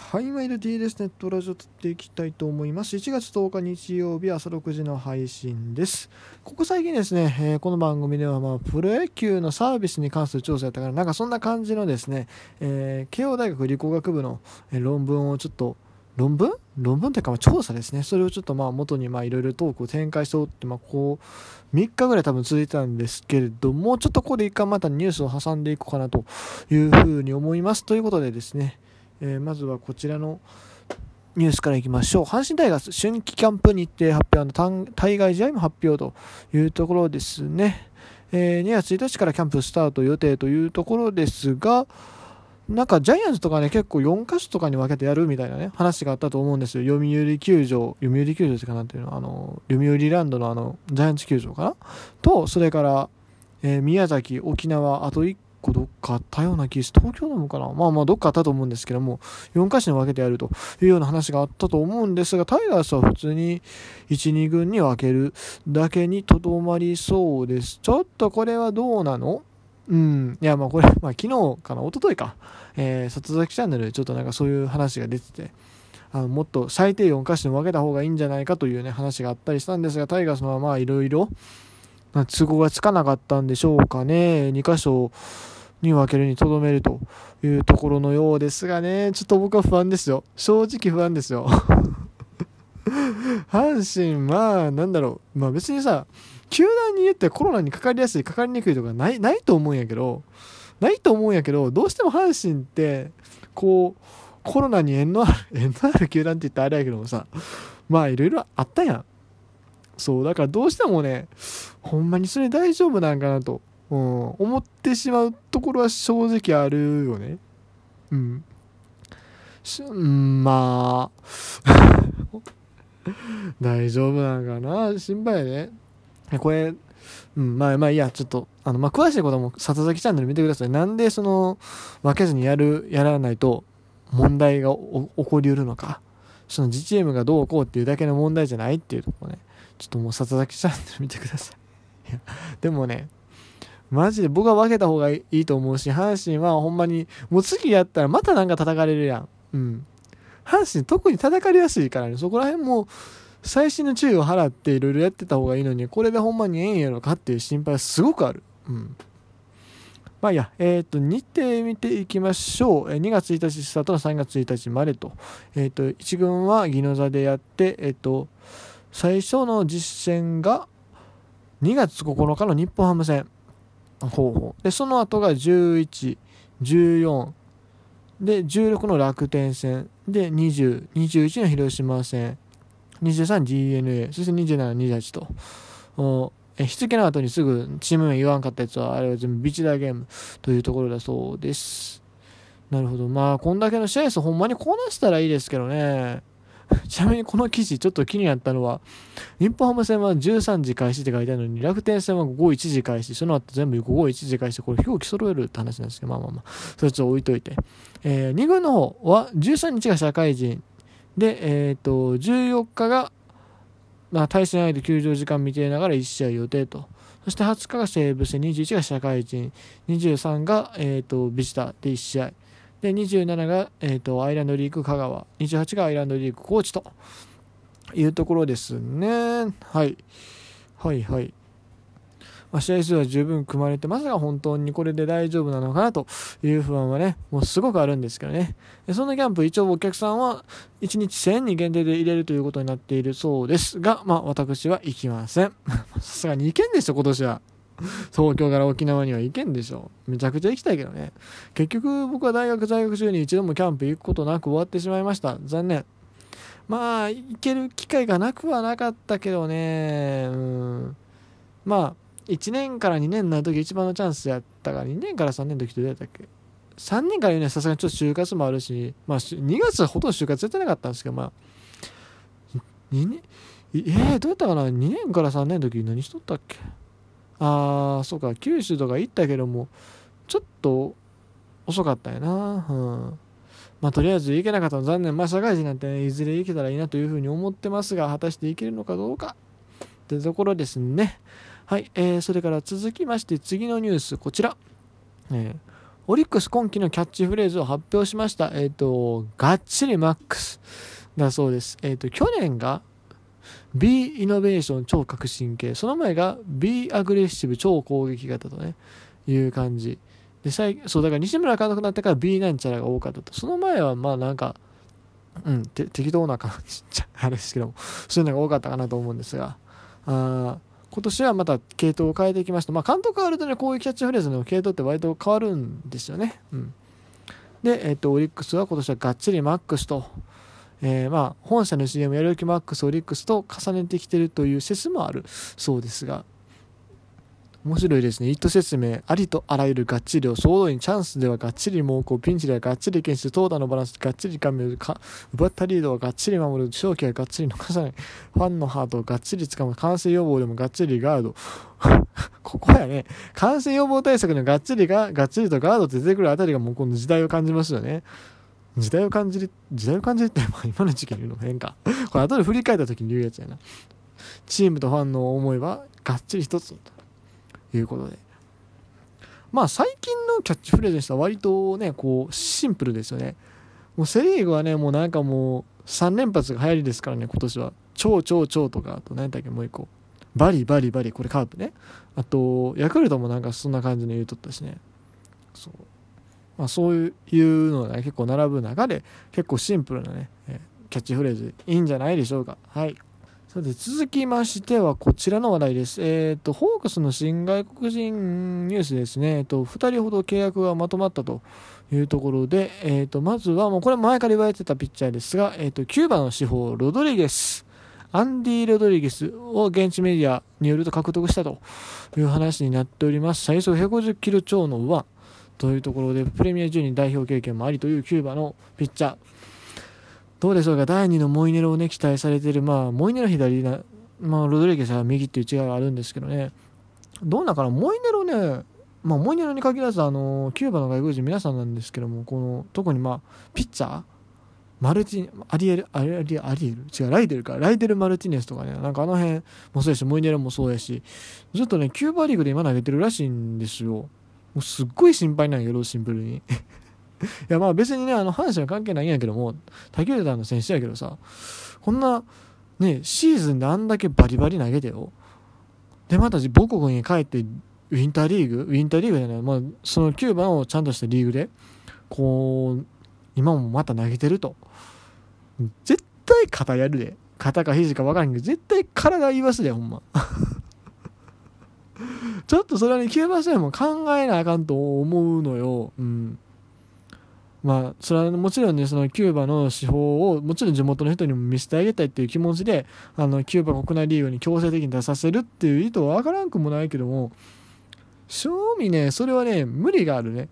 はい、毎度 TLS ネットラジオ撮っていきたいと思います。1月10日日曜日朝6時の配信です。ここ最近ですね、この番組ではプロ野球のサービスに関する調査やったから、なんかそんな感じのですね、慶応大学理工学部の論文をちょっと、論文っていうか調査ですね。それをちょっと元にいろいろトークを展開しておって、こう、3日ぐらい多分続いてたんですけれども、ちょっとここで一回またニュースを挟んでいこうかなというふうに思います。ということでですね、まずはこちらのニュースからいきましょう。阪神タイガース春季キャンプ日程発表、対外試合も発表というところですね。2月1日からキャンプスタート予定というところですが、なんかジャイアンツとかね、結構4カ所とかに分けてやるみたいなね、話があったと思うんですよ。読売球場ですかなんていうの、読売ランドのジャイアンツ球場かなと、それから、宮崎、沖縄、あと1個どっかあったような気がして、東京ドームかな、どっかあったと思うんですけども、4カ所に分けてやるというような話があったと思うんですが、タイガースは普通に1、2軍に分けるだけにとどまりそうです。ちょっとこれはどうなの？いやこれ、昨日かな、一昨日か、里崎チャンネルでちょっとなんかそういう話が出てて、もっと最低4カ所に分けた方がいいんじゃないかというね話があったりしたんですが、タイガースはいろいろ都合がつかなかったんでしょうかね。2カ所に分けるにとどめるというところのようですがね、ちょっと僕は不安ですよ。正直不安ですよ。阪神なんだろう、別にさ、球団に言ってコロナにかかりやすいかかりにくいとかないと思うんやけど、どうしても阪神ってこうコロナに縁のある球団って言ったらあれやけどもさ、いろいろあったやん。そうだからどうしてもね、ほんまにそれ大丈夫なんかなと、思ってしまうところは正直あるよね。大丈夫なんかな、心配やね。これ、いいや、ちょっと、詳しいことも、里崎チャンネル見てください。なんで、分けずにやらないと、問題が起こりうるのか。その自チームがどうこうっていうだけの問題じゃないっていうところね。ちょっともう、里崎チャンネル見てください。いや、でもね、マジで僕は分けた方がいいと思うし、阪神はほんまに、もう次やったらまたなんか叩かれるやん。阪神特に叩かれやすいからね、そこら辺も、細心の注意を払っていろいろやってた方がいいのに、これでほんまにええんやろかっていう心配はすごくある。日程見ていきましょう。2月1日スタートの3月1日までと。1軍は宜野座でやって、最初の実戦が2月9日の日本ハム戦。で、その後が11、14、で、16の楽天戦、で、20、21の広島戦、23DNA、そして27、28と、日付の後にすぐチーム名言わんかったやつは、あれは全部ビチダーゲームというところだそうです。なるほど。こんだけの試合数ほんまにこなしたらいいですけどね。ちなみにこの記事ちょっと気になったのは、日本ハム戦は13時開始って書いてあるのに、楽天戦は午後1時開始、その後全部午後1時開始、これ表記揃えるって話なんですけど、それちょっと置いといて。2軍の方は13日が社会人、で、14日が、対戦相手休場時間見てながら1試合予定と。そして20日が西武戦、21が社会人、23が、ビジターで1試合。で、27が、アイランドリーグ香川、28がアイランドリーグ高知というところですね。はい。試合数は十分組まれてますが、本当にこれで大丈夫なのかなという不安はね、もうすごくあるんですけどね。そんなキャンプ、一応お客さんは1日1000人限定で入れるということになっているそうですが、私は行きません。さすがに行けんでしょ、今年は。東京から沖縄には行けんでしょ。めちゃくちゃ行きたいけどね。結局僕は大学在学中に一度もキャンプ行くことなく終わってしまいました。残念。行ける機会がなくはなかったけどね。1年から2年になるとき一番のチャンスやったから、2年から3年の時どうやったっけ。3年から4年さすがにちょっと就活もあるし、2月はほとんど就活やってなかったんですけど、2年、どうやったかな。2年から3年の時何しとったっけ。そうか、九州とか行ったけども、ちょっと遅かったよな。とりあえず行けなかったの残念。社会人なんて、ね、いずれ行けたらいいなというふうに思ってますが、果たして行けるのかどうかってところですね。はい、それから続きまして次のニュース、こちら。 オリックス今季のキャッチフレーズを発表しました。がっちりマックスだそうです。去年が B イノベーション超革新系、その前が B アグレッシブ超攻撃型とね、いう感じ。で、そう、だから西村監督になってから B なんちゃらが多かったと。その前はまあなんか、適当な感じっちゃあれですけども、そういうのが多かったかなと思うんですが、今年はまた系統を変えていきました。まあ監督があるとね、こういうキャッチフレーズの系統って割と変わるんですよね。で、オリックスは今年はがっちりマックスと、まあ本社の CM やる気マックスオリックスと重ねてきてるという説もあるそうですが、面白いですね。一途説明、ありとあらゆるがっちりを総動員、チャンスではがっちり猛攻、ピンチではがっちり検出、投打のバランスがっちり加味か、奪ったリードはがっちり守る、勝機はがっちり逃さない、ファンのハートをがっちりつかむ、感染予防でもがっちりガード。ここやね、感染予防対策のがっちりとガードって出てくるあたりがもうこの時代を感じますよね。時代を感じるって、まあ、今の時期に言うのも変か。これ後で振り返った時に言うやつやな。チームとファンの思いはがっちり一つということで、まあ最近のキャッチフレーズにしたら割とねこうシンプルですよね。もうセリーグはねもうなんかもう3連発が流行りですからね。今年は超とか、あと何だっけもう一個バリこれカープね。あとヤクルトもなんかそんな感じの言うとったしね。そう、まあ、そういうのが、ね、結構並ぶ中で結構シンプルなね、キャッチフレーズいいんじゃないでしょうか。はい。さて続きましてはこちらの話題です。ホークスの新外国人ニュースですね。2人ほど契約がまとまったというところで、まずはもうこれ前から言われてたピッチャーですが、キューバの司法アンディ・ロドリゲスを現地メディアによると獲得したという話になっております。最速150キロ超の右腕というところでプレミア12代表経験もありというキューバのピッチャー。どうでしょうか。第2のモイネロをね期待されている、まあモイネロ左な、まあロドリゲスは右っていう違いがあるんですけどね。どうだからモイネロね、まあモイネロに限らずキューバの外国人皆さんなんですけども、この特にまあピッチャーマルティアリエル違うライデル・マルティネスとかね、なんかあの辺もそうやし、モイネロもそうやし、ずっとねキューバリーグで今投げてるらしいんですよ。もうすっごい心配なんやろ、シンプルに。いやまあ別にね阪神は関係ないんやけども、他球団の選手やけどさ、こんなねシーズンであんだけバリバリ投げてよ、でまた母国に帰ってウィンターリーグじゃない、まあそのキューバのちゃんとしたリーグでこう今もまた投げてると、絶対肩やるで、肩か肘か分からんけど絶対体言いますでほんま。ちょっとそれはねキューバ戦も考えなあかんと思うのよ。まあそれはもちろんね、そのキューバの手法をもちろん地元の人にも見せてあげたいっていう気持ちでキューバ国内リーグに強制的に出させるっていう意図は分からんくもないけども、正味ねそれはね無理があるね。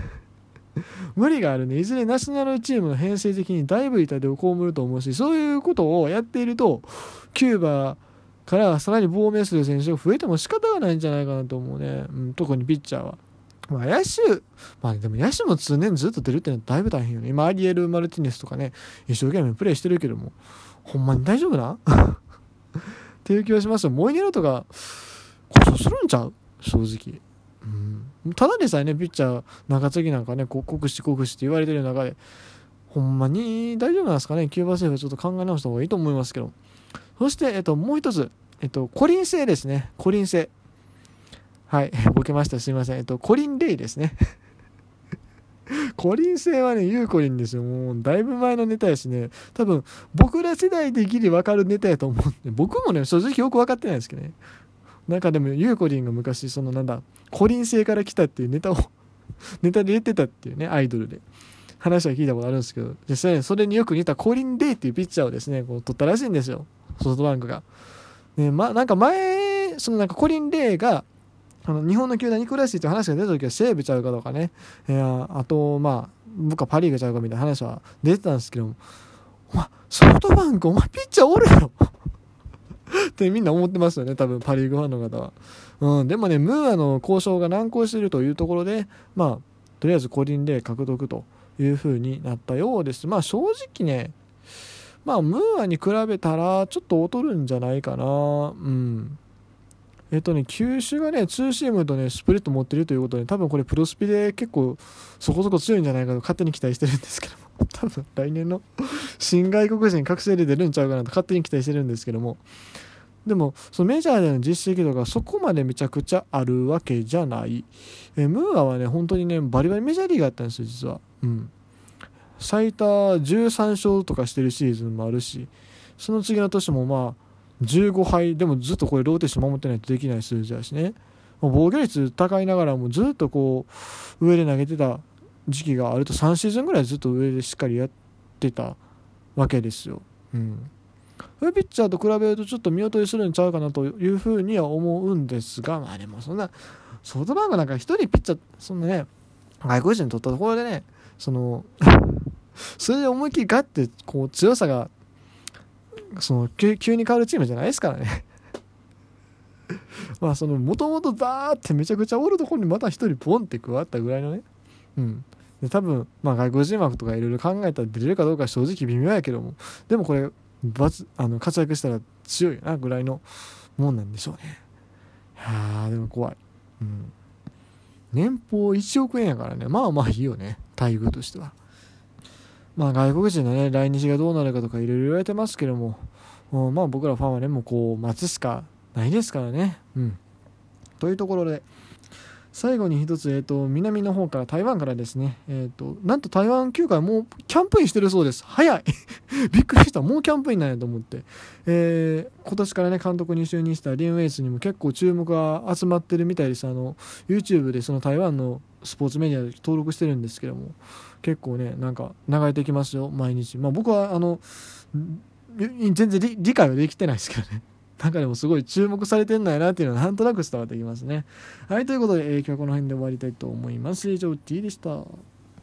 いずれナショナルチームの編成的にだいぶ痛手を被ると思うし、そういうことをやっているとキューバからさらに亡命する選手が増えても仕方がないんじゃないかなと思うね。特にピッチャーは。まあ、でも野手も通年ずっと出るってのはだいぶ大変よね。今アリエル・マルティネスとかね一生懸命プレーしてるけども、ほんまに大丈夫なっていう気はしますよ。モイネロとか故障するんちゃう正直。ただでさえねピッチャー中継ぎなんかね酷使って言われてる中でほんまに大丈夫なんですかね。キューバ政府はちょっと考え直した方がいいと思いますけど。そして、もう一つ、コリン星ですね。コリン星。はい、ボケました。すいません。コリンレイですね。コリン星はね、ユーコリンですよ。もう、だいぶ前のネタやしね、多分、僕ら世代でギリ分かるネタやと思うんで、僕もね、正直よく分かってないですけどね。なんかでも、ユーコリンが昔、コリン星から来たっていうネタで言ってたっていうね、アイドルで。話は聞いたことあるんですけど、実際にそれによく似たコリン・レイっていうピッチャーをですね、こう取ったらしいんですよ。ソフトバンクが。なんか前、なんかコリン・レイが、日本の球団に行くらしいという話が出た時は西武ちゃうかとかね、あとまあ僕はパ・リーグちゃうかみたいな話は出てたんですけども、ソフトバンクお前ピッチャーおるやろってみんな思ってますよね、多分パ・リーグファンの方は。でもねムーアの交渉が難航しているというところで、まあとりあえずコリン・レイ獲得という風になったようです。まあ正直ね、まあムーアに比べたらちょっと劣るんじゃないかな。 球種がね、ツーシームとね、スプリット持ってるということで、多分これプロスピで結構そこそこ強いんじゃないかと勝手に期待してるんですけども、多分来年の新外国人覚醒で出るんちゃうかなと勝手に期待してるんですけども、でもそのメジャーでの実績とかそこまでめちゃくちゃあるわけじゃない。ムーアはね、本当にね、バリバリメジャーリーガーだったんですよ、実は。最多13勝とかしてるシーズンもあるし、その次の年もまあ15敗でもずっとこれローテーション守ってないとできない数字だしね、防御率高いながらもずっとこう上で投げてた時期があると3シーズンぐらいずっと上でしっかりやってたわけですよ。そういうピッチャーと比べるとちょっと見劣りするんちゃうかなというふうには思うんですが、まあでもそんなソフトバンクなんか一人ピッチャーそんなね外国人取ったところでね、それで思いっきりガッてこう強さが急に変わるチームじゃないですからねまあもともとバーってめちゃくちゃおるところにまた一人ポンって加わったぐらいのね、で多分まあ外国人枠とかいろいろ考えたら出れるかどうか正直微妙やけども、でもこれ活躍したら強いなぐらいのもんなんでしょうね。いやでも怖い。年俸1億円やからね、まあまあいいよね、待遇としては。まあ外国人のね来日がどうなるかとかいろいろ言われてますけども、まあ僕らファンはねもうこう待つしかないですからね。というところで最後に一つ、南の方から台湾からですね、なんと台湾球界もうキャンプインしてるそうです。早いびっくりした、もうキャンプインなんやと思って、今年からね監督に就任したリン・ウェイツにも結構注目が集まってるみたいです。YouTube でその台湾のスポーツメディアで登録してるんですけども、結構ねなんか流れてきますよ毎日。まあ僕は全然理解はできてないですけどねなんかでもすごい注目されてんだよなっていうのはなんとなく伝わってきますね。はい、ということで、今日はこの辺で終わりたいと思います。以上 T でした。